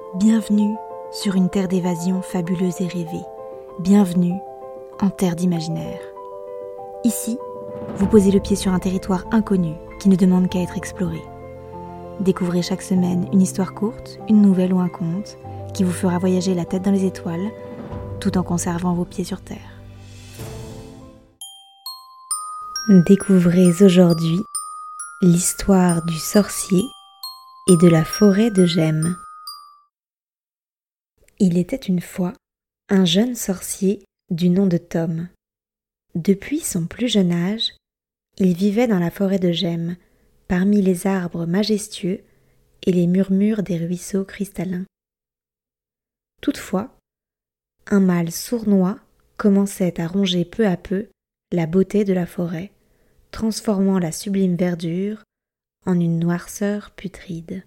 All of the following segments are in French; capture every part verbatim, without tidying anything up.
Bienvenue sur une terre d'évasion fabuleuse et rêvée. Bienvenue en terre d'imaginaire. Ici, vous posez le pied sur un territoire inconnu qui ne demande qu'à être exploré. Découvrez chaque semaine une histoire courte, une nouvelle ou un conte qui vous fera voyager la tête dans les étoiles tout en conservant vos pieds sur terre. Découvrez aujourd'hui l'histoire du sorcier et de la forêt de gemmes. Il était une fois un jeune sorcier du nom de Tom. Depuis son plus jeune âge, il vivait dans la forêt de gemmes, parmi les arbres majestueux et les murmures des ruisseaux cristallins. Toutefois, un mal sournois commençait à ronger peu à peu la beauté de la forêt, transformant la sublime verdure en une noirceur putride.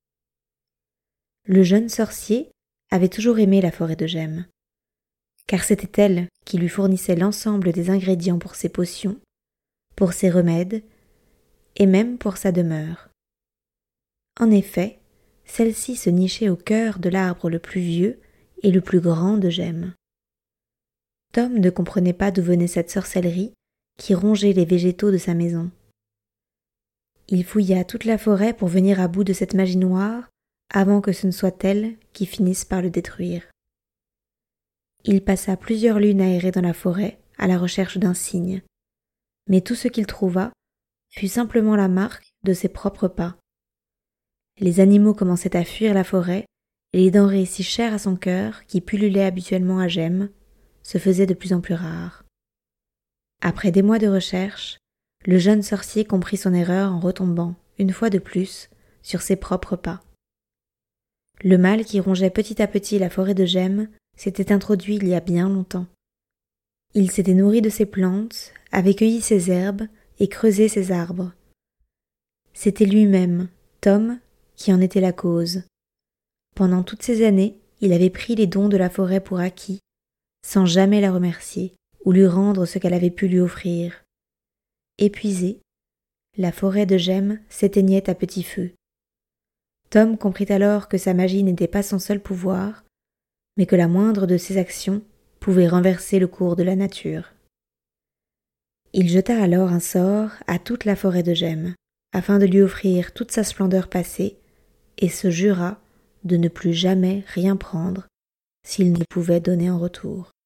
Le jeune sorcier avait toujours aimé la forêt de gemmes, car c'était elle qui lui fournissait l'ensemble des ingrédients pour ses potions, pour ses remèdes et même pour sa demeure. En effet, celle-ci se nichait au cœur de l'arbre le plus vieux et le plus grand de gemmes. Tom ne comprenait pas d'où venait cette sorcellerie qui rongeait les végétaux de sa maison. Il fouilla toute la forêt pour venir à bout de cette magie noire avant que ce ne soit elle qui finisse par le détruire. Il passa plusieurs lunes à errer dans la forêt à la recherche d'un signe, mais tout ce qu'il trouva fut simplement la marque de ses propres pas. Les animaux commençaient à fuir la forêt et les denrées si chères à son cœur, qui pullulaient habituellement à gemmes, se faisaient de plus en plus rares. Après des mois de recherche, le jeune sorcier comprit son erreur en retombant, une fois de plus, sur ses propres pas. Le mal qui rongeait petit à petit la forêt de gemmes s'était introduit il y a bien longtemps. Il s'était nourri de ses plantes, avait cueilli ses herbes et creusé ses arbres. C'était lui-même, Tom, qui en était la cause. Pendant toutes ces années, il avait pris les dons de la forêt pour acquis, sans jamais la remercier ou lui rendre ce qu'elle avait pu lui offrir. Épuisée, la forêt de gemmes s'éteignait à petit feu. Tom comprit alors que sa magie n'était pas son seul pouvoir, mais que la moindre de ses actions pouvait renverser le cours de la nature. Il jeta alors un sort à toute la forêt de gemmes, afin de lui offrir toute sa splendeur passée, et se jura de ne plus jamais rien prendre s'il ne pouvait donner en retour.